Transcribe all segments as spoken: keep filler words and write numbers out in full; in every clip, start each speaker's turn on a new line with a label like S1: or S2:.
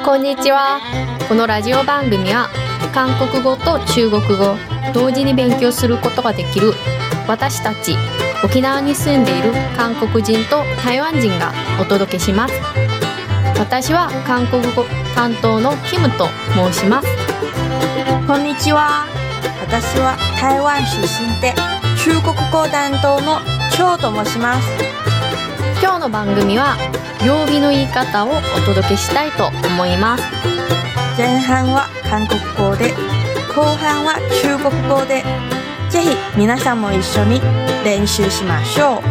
S1: こんにちは。このラジオ番組は韓国語と中国語同時に勉強することができる私たち沖縄に住んでいる韓国人と台湾人がお届けします。私は韓国語担当のキムと申します。
S2: こんにちは。私は台湾出身で中国語担当のチョウと申します。
S1: 今日の番組は曜日の言い方をお届けしたいと思います。
S2: 前半は韓国語で、後半は中国語で、ぜひ皆さんも一緒に練習しましょう。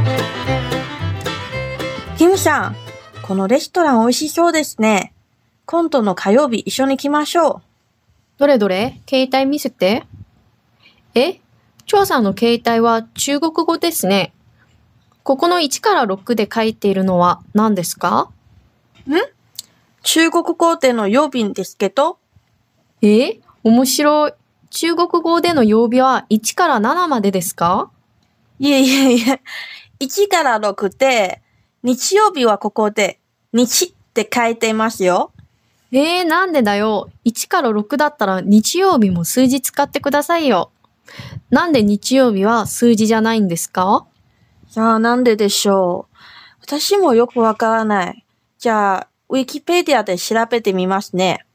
S2: キムさん、このレストラン美味しそうですね。今度の火曜日一緒に来ましょう。
S1: どれどれ、携帯見せて。え、張さんの携帯は中国語ですね。ここのいちからろくで書いているのは何ですか？
S2: ん？中国語での曜日ですけど。
S1: え？面白い。中国語での曜日はいちからななまでですか？
S2: いえいえいえ。いちからろくで、日曜日はここで、日って書いていますよ。
S1: えー、なんでだよ。いちからろくだったら日曜日も数字使ってくださいよ。なんで日曜日は数字じゃないんですか？
S2: さあ、なんででしょう。私もよくわからない。じゃあ、ウィキペディアで調べてみますね。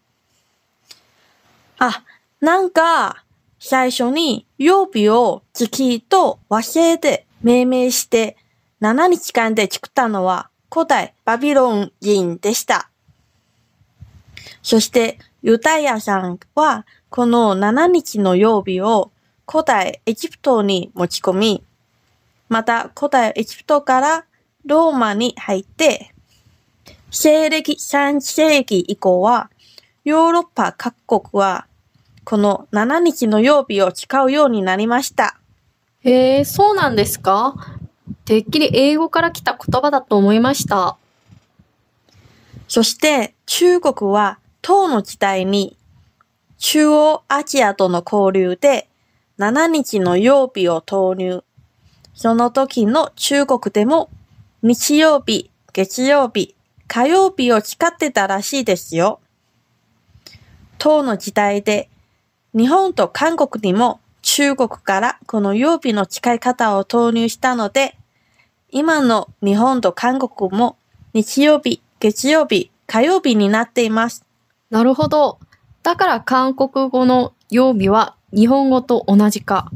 S2: あ、なんか、最初に曜日を月と和星で命名してななにちかんで作ったのは古代バビロン人でした。そしてユダヤさんはこのしちにちの曜日を古代エジプトに持ち込み、また古代エジプトからローマに入って、西暦さんせいき以降はヨーロッパ各国はこのしちにちの曜日を使うようになりました。
S1: へえ、そうなんですか？てっきり英語から来た言葉だと思いました。
S2: そして中国は唐の時代に中央アジアとの交流でしちにちの曜日を投入。その時の中国でも日曜日、月曜日、火曜日を使ってたらしいですよ。唐の時代で日本と韓国にも中国からこの曜日の使い方を投入したので、今の日本と韓国も日曜日、月曜日、火曜日になっています。
S1: なるほど。だから韓国語の曜日は日本語と同じか。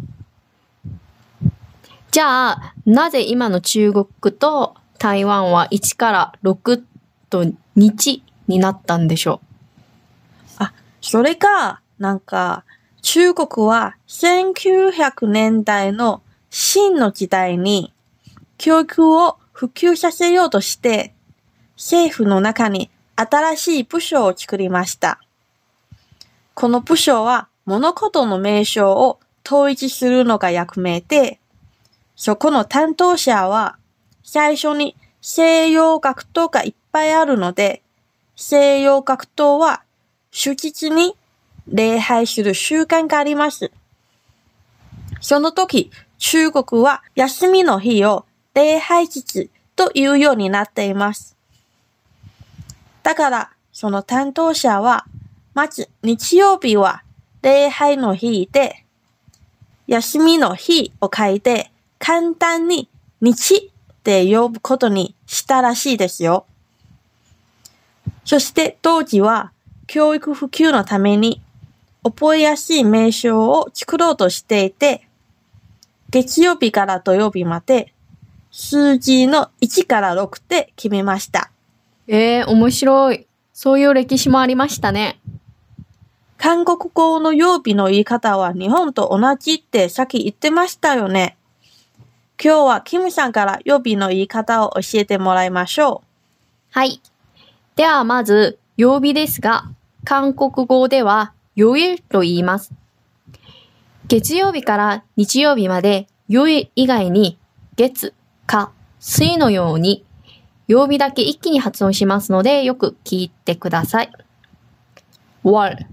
S1: じゃあ、なぜ今の中国と台湾はいちからろくと日になったんでしょ
S2: う？あ、それか、なんか、中国はせんきゅうひゃくねんだいの清の時代に教育を普及させようとして、政府の中に新しい部署を作りました。この部署は物事の名称を統一するのが役目で、そこの担当者は最初に西洋学徒がいっぱいあるので、西洋学徒は祝日に礼拝する習慣があります。その時、中国は休みの日を礼拝日というようになっています。だから、その担当者は、まず日曜日は礼拝の日で、休みの日を書いて、簡単に日って呼ぶことにしたらしいですよ。そして当時は教育普及のために覚えやすい名称を作ろうとしていて、月曜日から土曜日まで数字のいちからろくで決めました。
S1: えー、面白い。そういう歴史もありましたね。
S2: 韓国語の曜日の言い方は日本と同じってさっき言ってましたよね。今日はキムさんから曜日の言い方を教えてもらいましょう。
S1: はい。ではまず、曜日ですが、韓国語では요일と言います。月曜日から日曜日まで、曜日以外に月、火、水のように、曜日だけ一気に発音しますので、よく聞いてください。월、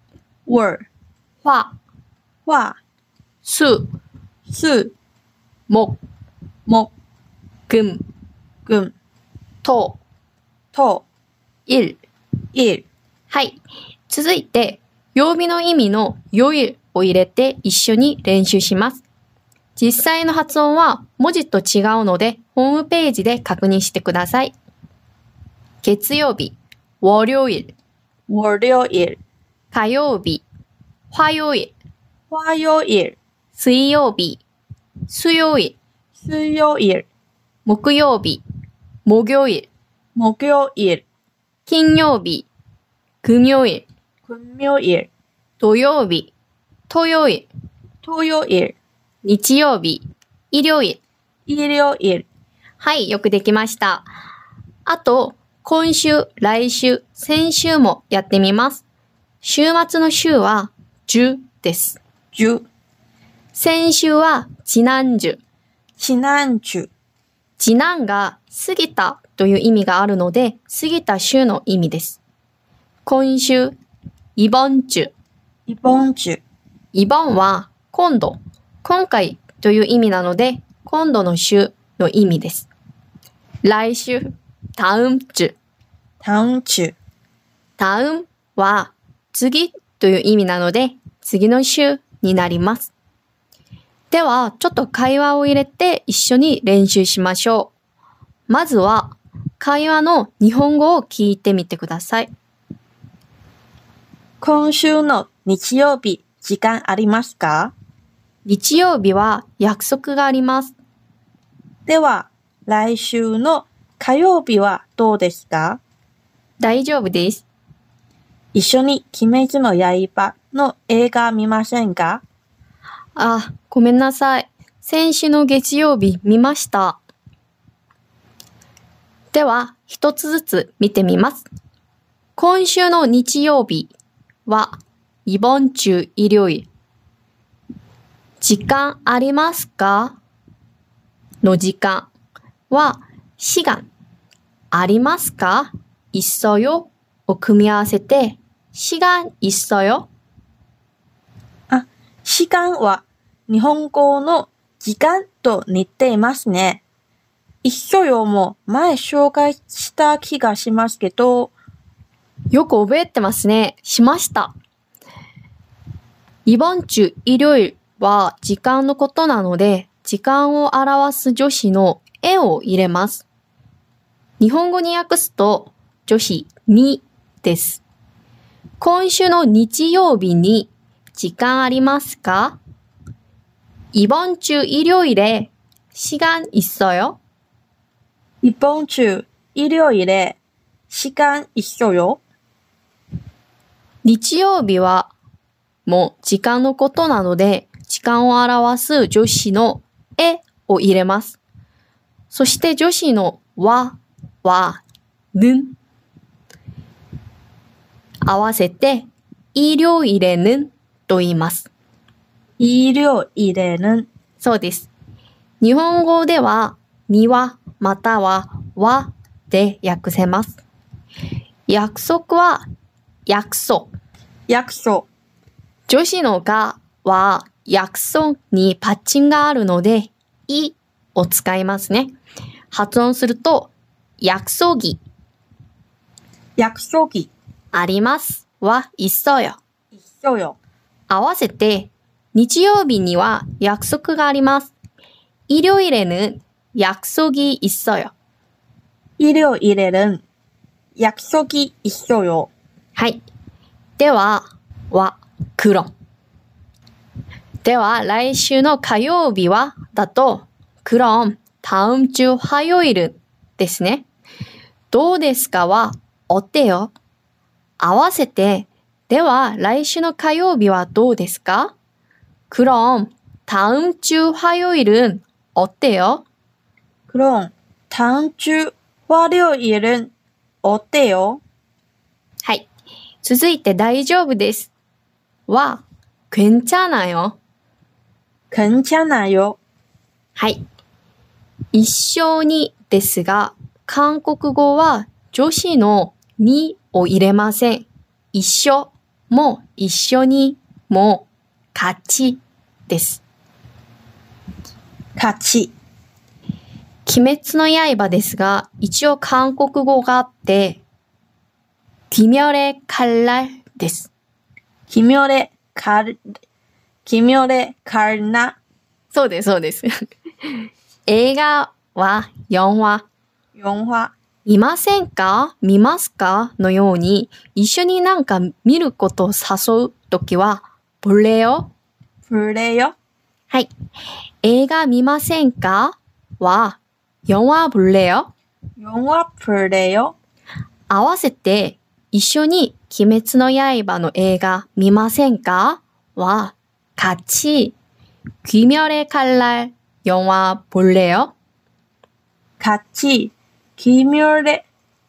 S2: 월、
S1: 화、
S2: 화、
S1: 수、
S2: 수、
S1: 목、
S2: 목、
S1: 금、
S2: 금、
S1: 토、
S2: 토、
S1: 일、
S2: 일、
S1: はい。続いて、曜日の意味の요일を入れて一緒に練習します。実際の発音は文字と違うので、ホームページで確認してください。月曜日、월요일、
S2: 월요일、
S1: 火曜日、화요일、
S2: 화요일、
S1: 水曜日、수요일、
S2: 수요일、
S1: 木曜日、목요일、
S2: 목요일、
S1: 金曜日、금요일、
S2: 금요일、
S1: 土曜日、토요일、
S2: 토요일、
S1: 日曜日、일요일。
S2: 일요일。
S1: はい、よくできました。あと、今週、来週、先週もやってみます。週末の週は、주です。
S2: 주。
S1: 先週は、지난주。
S2: 지난주。
S1: 지난が過ぎたという意味があるので、過ぎた週の意味です。今週、이번주。
S2: 이번주。
S1: 이번は、今度、今回という意味なので、今度の週の意味です。来週、다음주。
S2: 다음주。
S1: 다음は次という意味なので、次の週になります。では、ちょっと会話を入れて一緒に練習しましょう。まずは、会話の日本語を聞いてみてください。
S2: 今週の日曜日、時間ありますか？
S1: 日曜日は約束があります。
S2: では、来週の火曜日はどうですか？
S1: 大丈夫です。
S2: 一緒に鬼滅の刃の映画見ませんか？
S1: あ、ごめんなさい。先週の月曜日見ました。では、一つずつ見てみます。今週の日曜日は、이번주 일요일。時間ありますか？の時間は、시간ありますか？있어요を組み合わせて、시간 있어요？
S2: あ、時間は日本語の時間と似ていますね。있어요も前紹介した気がしますけど、
S1: よく覚えてますね。しました。이번주 일요일は時間のことなので、時間を表す助詞のえを入れます。日本語に訳すと、助詞にです。今週の日曜日に時間ありますか？이번주 일요일에 시간 있어요?
S2: 이번주 일요일에 시간 있어요?
S1: 日曜日はもう時間のことなので、時間を表す助詞のえを入れます。そして助詞のは、は、는合わせて일요일에는と言います。
S2: 일요일에는
S1: そうです。日本語ではにはまたははで訳せます。約束は約束。
S2: 約束。
S1: 助詞のがは約束にパッチンがあるのでいを使いますね。発音すると約束
S2: 約束
S1: ありますは있어요。
S2: 있어요。
S1: 合わせて日曜日には約束があります。일요일에는 약속이 있어요。
S2: 일요일에는 약속이 있어요。
S1: はい。では、は、그럼。では、来週の火曜日はだと、그럼 다음 주 화요일은ですね。どうですかは、어때요？合わせて、では、来週の火曜日はどうですか？그럼 다음 주 화요일은 어때요?
S2: 그럼 다음 주 화요일은 어때요?
S1: はい。続いて大丈夫です。は、괜찮아요。
S2: 괜찮아요。
S1: はい。一緒にですが、韓国語は助詞のにを入れません。一緒も一緒にも같이です。
S2: 같이。
S1: 鬼滅の刃ですが、一応韓国語があって、鬼 귀멸의 칼날です。
S2: 奇妙で、かる、奇妙で、かるな。
S1: そうです、そうです。映画はよんわ。
S2: よんわ。
S1: 見ませんか見ますかのように、一緒になんか見ることを誘うときは、볼래요？
S2: プレよ。
S1: はい。映画見ませんかは、よんわ볼래요？
S2: よんわプレよ。
S1: 合わせて、一緒に鬼滅の刃の映画見ませんかは、같이 귀멸의 칼날 영화 볼래요？
S2: 같이奇妙で、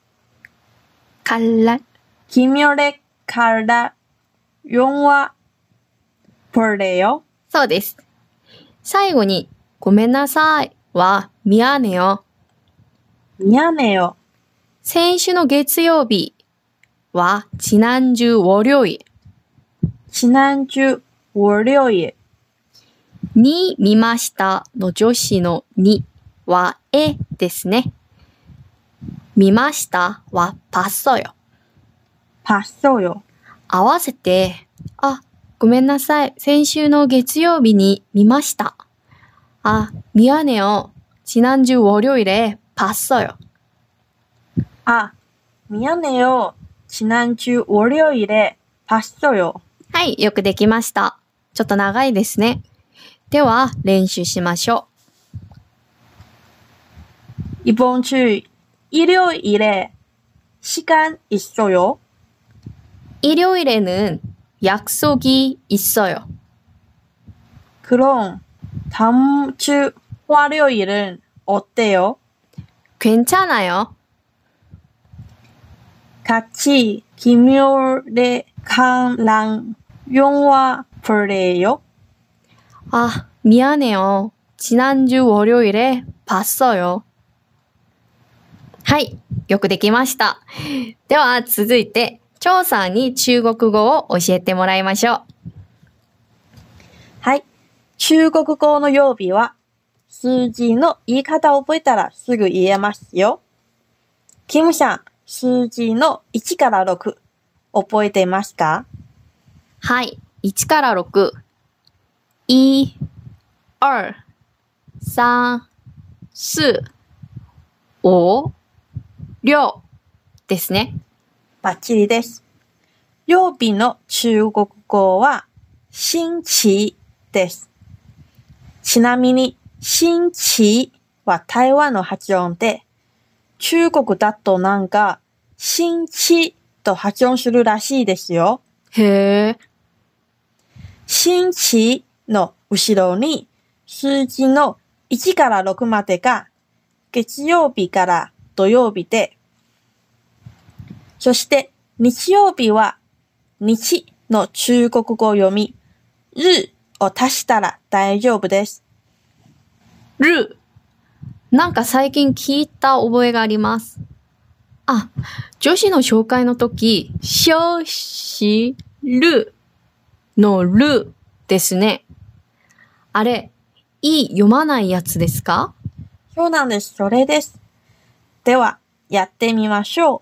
S1: 칼날。
S2: 奇妙で、からよんわプレよ。
S1: そうです。最後に、ごめんなさいは、미안해요。
S2: ミヤネよ。
S1: 先週の月曜日は、지난주월요일。
S2: ちなんじゅ월요일。
S1: に見ましたの助詞のには、えですね。見ましたは、봤어요。
S2: 봤어요。
S1: 合わせて、あ、ごめんなさい。先週の月曜日に見ました。あ、미안해요。지난주 월요일에 봤어요。
S2: あ、ミヤネよ。ちなんじゅ월요일에 봤어요。
S1: はい、よくできました。ちょっと長いですね。では、練習しましょ
S2: う。이번 주 일요일에 시간 있어요?
S1: 일요일에는 약속이 있어요.
S2: 그럼 다음 주 화요일은 어때요?
S1: 괜찮아요.
S2: 같이 김요래 강랑 영화 볼래요?
S1: 아, 미안해요. 지난주 월요일에 봤어요. はい、よくできました。では続いて、張さんに中国語を教えてもらいましょう。
S2: はい。中国語の曜日は、数字の言い方を覚えたらすぐ言えますよ。キムさん、数字のいちからろく、覚えていますか？
S1: はい。いちからろく。い、二、三、四、五、六ですね。
S2: バッチリです。曜日の中国語は、星期です。ちなみに、星期は台湾の発音で、中国だとなんか、星期と発音するらしいですよ。
S1: へー。
S2: 星期の後ろに、数字のいちからろくまでが、月曜日から土曜日で、そして日曜日は日の中国語読み、日を足したら大丈夫です。
S1: 日。なんか最近聞いた覚えがあります。あ、女子の紹介の時、休息日の日ですね。あれ、い読まないやつですか？
S2: そうなんです。それです。では、やってみましょう。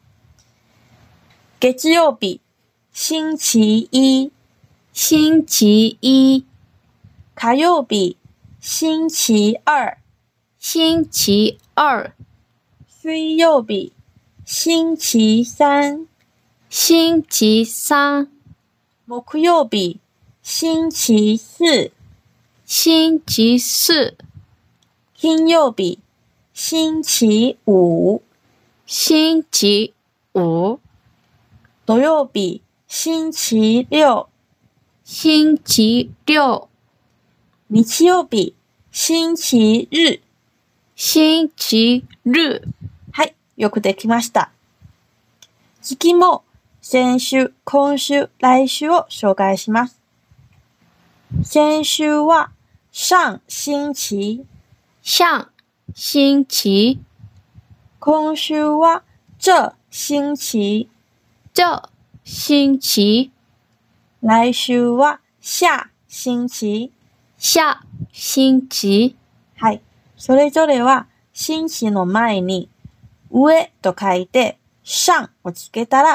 S2: 月曜日、星期一。
S1: 星期一。
S2: 火曜日、星期二。
S1: 星期二。
S2: 水曜日、星期三。
S1: 星期三。
S2: 木曜日、星期四。
S1: 星期四。
S2: 金曜日、星期五。
S1: 星期五。
S2: 土曜日、星期六。
S1: 星期六。
S2: 日曜日、星期日。
S1: 星期日。
S2: はい、よくできました。次も、先週、今週、来週を紹介します。先週は、上星期。
S1: 上星期。
S2: 今週は、这星期。
S1: 这星期。
S2: 来週は、下星期。
S1: 下星期。
S2: はい。それぞれは、星期の前に、上と書いて、上をつけたら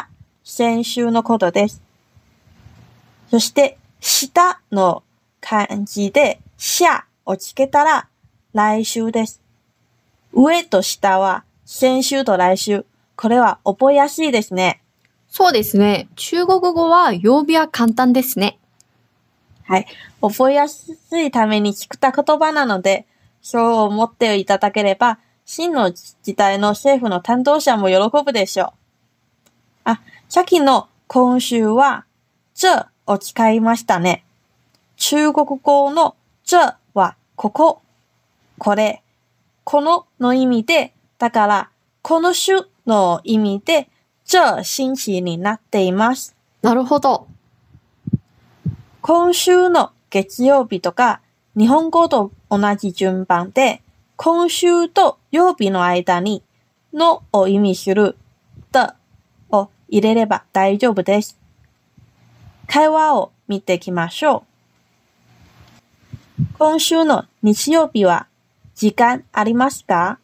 S2: 先週のことです。そして、下の漢字で下をつけたら来週です。上と下は先週と来週。これは覚えやすいですね。
S1: そうですね。中国語は曜日は簡単ですね。
S2: はい。覚えやすいために聞くた言葉なので、そう思っていただければ、真の時代の政府の担当者も喜ぶでしょう。あ、さっきの今週は、这を使いましたね。中国語の这はここ、これ、このの意味で、だからこの週の意味で、这星期になっています。
S1: なるほど。
S2: 今週の月曜日とか、日本語と同じ順番で、今週と曜日の間に、のを意味する、的を入れれば大丈夫です。会話を見ていきましょう。今週の日曜日は時間ありますか？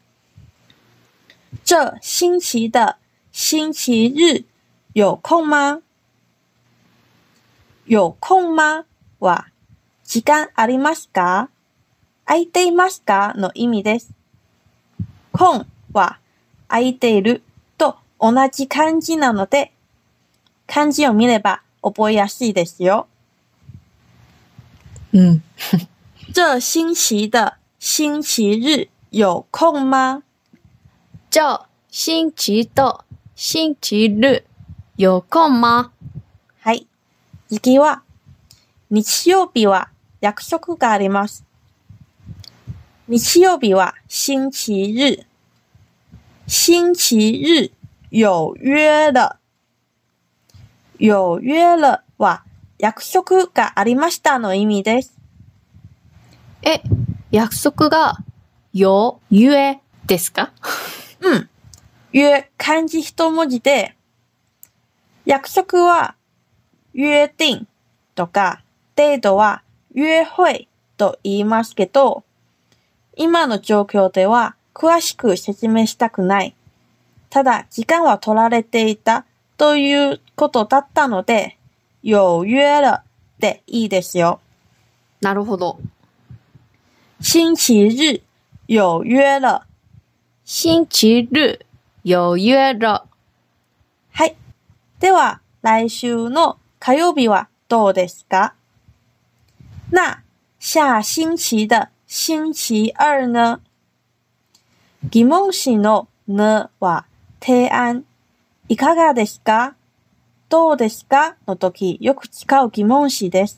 S2: 这星期的星期日有空吗？有空吗は時間ありますか？空いていますかの意味です。空は空いていると同じ漢字なので、漢字を見れば覚えやすいですよ。
S1: うん。
S2: 这星期的星期日有空吗？
S1: 这星期的星期日有空吗？
S2: はい。次は、日曜日は約束があります。日曜日は星期日。星期日有約了。有約了は約束がありましたの意味です。
S1: え、約束がよ、ゆえですか？
S2: うん。約、漢字一文字で、約束は約定とか、デートは約会と言いますけど、今の状況では詳しく説明したくない。ただ、時間は取られていたということだったので、有約了でいいですよ。
S1: なるほど。
S2: 星期日有約了。
S1: 星期日有約了。
S2: はい。では、来週の火曜日はどうですか？那、下星期的星期二呢？疑問詞の呢は提案。いかがですか？どうですか？の時よく使う疑問詞です。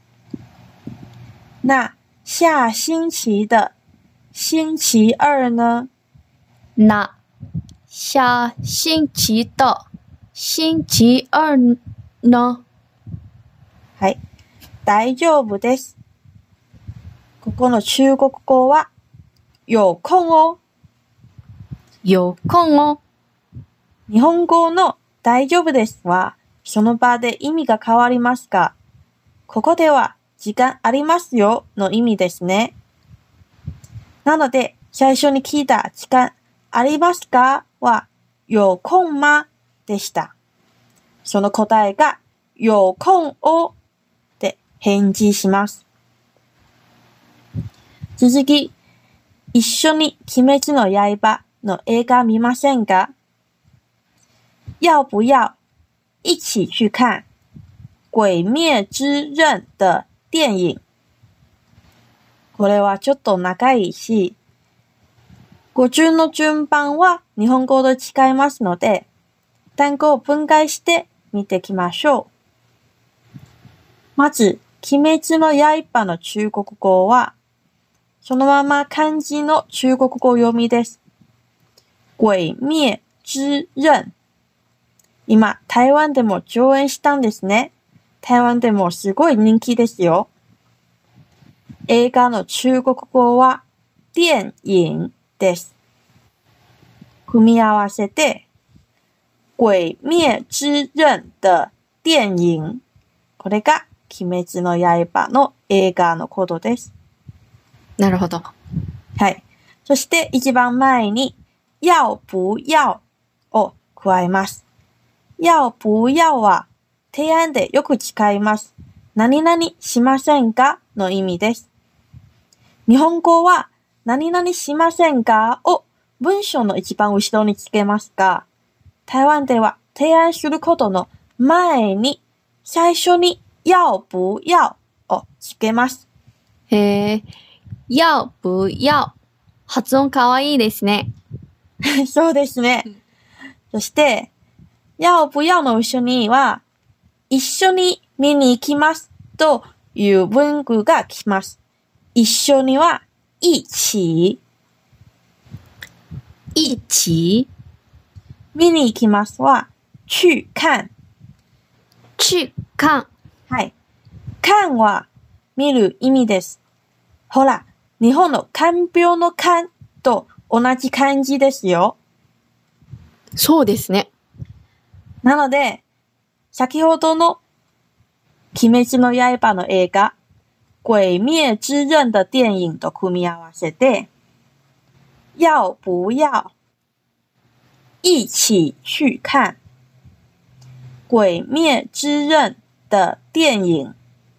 S2: 那、下星期的星期二呢？
S1: 那、下星期的星期二呢？
S2: はい。大丈夫です。ここの中国語は、有空を。
S1: 有空を。
S2: 日本語の大丈夫ですは、その場で意味が変わりますが、ここでは時間ありますよの意味ですね。なので、最初に聞いた時間ありますかは、有空吗でした。その答えが、有空をで返事します。続き、一緒に鬼滅の刃の映画見ませんか？要不要一起去看鬼滅之刃的電影？これはちょっと長いし、語順の順番は日本語と違いますので、単語を分解して見ていきましょう。まず、鬼滅の刃の中国語は、そのまま漢字の中国語読みです。鬼滅之刃。今、台湾でも上演したんですね。台湾でもすごい人気ですよ。映画の中国語は、電影です。組み合わせて、鬼滅之刃的電影。これが、鬼滅の刃の映画のことです。
S1: なるほど。
S2: はい。そして一番前に、要不要を加えます。 要不要は提案でよく使います。何々しませんかの意味です。日本語は何々しませんかを文章の一番後ろにつけますが、台湾では提案することの前に最初に要不要をつけます。
S1: へえ、要不要。発音かわいいですね。
S2: そうですね。そして、要不要の後ろには、一緒に見に行きますという文句が来ます。一緒には、一起。
S1: 一起。
S2: 見に行きますは、去看。
S1: 去看。
S2: はい。看は、見る意味です。ほら、日本の看病の看と同じ漢字ですよ。
S1: そうですね。
S2: なので、先ほどの鬼滅の刃の映画、鬼滅之刃的電影と組み合わせて、要不要一起去看鬼滅之刃的電影？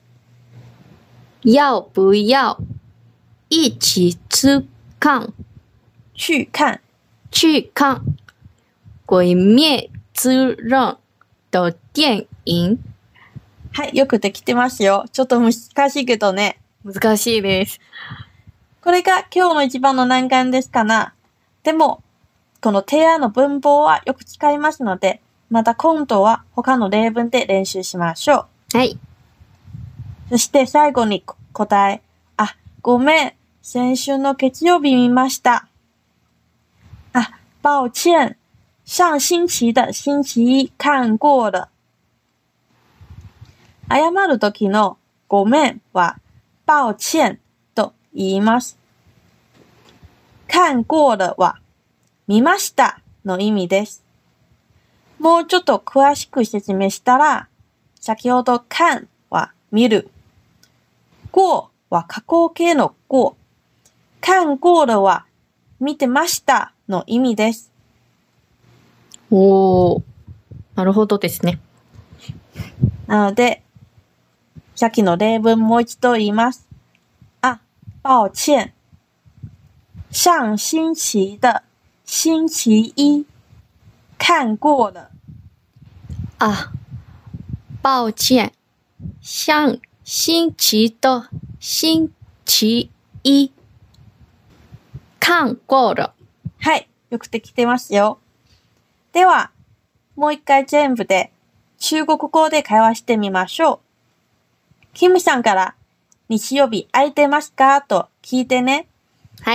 S1: 要不要一起去看
S2: 去看
S1: 去看鬼滅之刃的電影？
S2: はい、よくできてますよ。ちょっと難しいけどね。
S1: 難しいです。
S2: これが今日の一番の難関ですかな。でも、この提案の文法はよく使いますので、また今度は他の例文で練習しましょ
S1: う。はい。
S2: そして最後に答え。あ、ごめん。先週の月曜日見ました。あ、抱歉。上星期的星期一看過了。謝るときのごめんは抱歉と言います。看過了は見ましたの意味です。もうちょっと詳しく説明したら、先ほど看は見る。過は過去形の過。看過了は見てましたの意味です。
S1: おー、なるほどですね。
S2: なので、さっきの例文もう一度言います。あ、抱歉。上星期的星期一看過了。
S1: 啊，抱歉，上星期的星期一看過了。
S2: はい、よくできてますよ。では、もう一回全部で中国語で会話してみましょう。キムさんから日曜日空いてますかと聞いてね。
S1: はい。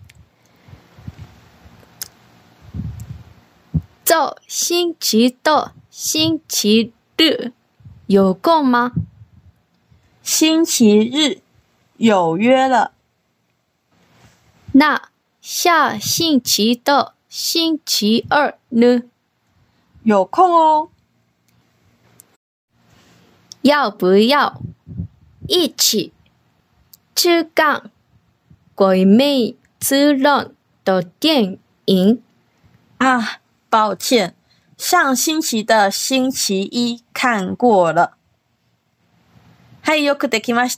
S1: 这星期的星期日有空吗？
S2: 星期日有约了。
S1: 那下星期的星期二呢？
S2: 有空哦。
S1: 要不要一起去看鬼灭之刃的电影？
S2: 啊，抱歉，上星期的星期一看過了。はい、よくできました。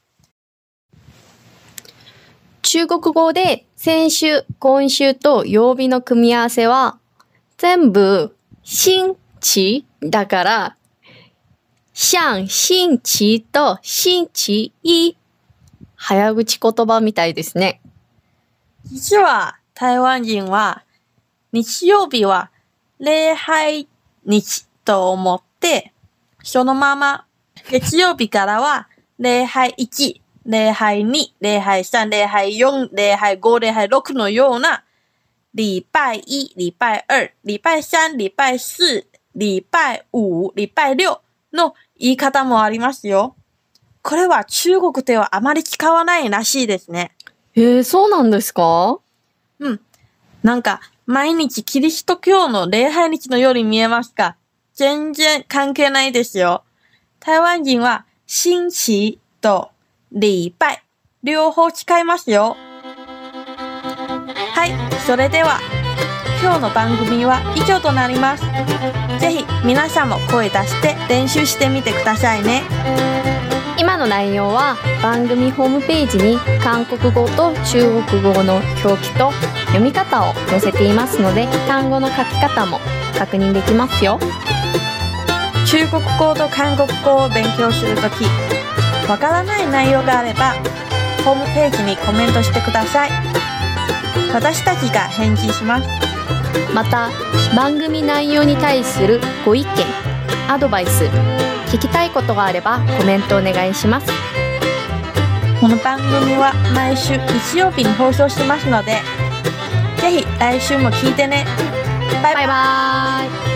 S1: 中国語で先週、今週と曜日の組み合わせは全部星期だから、上星期と星期一。早口言葉みたいですね。
S2: 実は台湾人は日曜日は礼拝日と思って、そのまま月曜日からは礼拝いち、礼拝に、礼拝さん、礼拝よん、礼拝ご、礼拝ろくのような礼拜一、礼拜二、礼拜三、礼拜四、礼拜五、礼拜六の言い方もありますよ。これは中国ではあまり使わないらしいですね。
S1: へえ、そうなんですか？
S2: うん。なんか、毎日キリスト教の礼拝日のように見えますか？全然関係ないですよ。台湾人は、星期と礼拜、両方使いますよ。はい、それでは、 今日の番組は以上となります。ぜひ皆さんも声出して練習してみてくださいね。
S1: 今の内容は番組ホームページに韓国語と中国語の表記と読み方を載せていますので、単語の書き方も確認できますよ。
S2: 中国語と韓国語を勉強するとき、わからない内容があれば、ホームページにコメントしてください。私たちが返事します。
S1: また、番組内容に対するご意見、アドバイス、聞きたいことがあればコメントお願いします。
S2: この番組は毎週日曜日に放送してますので、ぜひ来週も聞いてね。バイバイ。
S1: バイバーイ。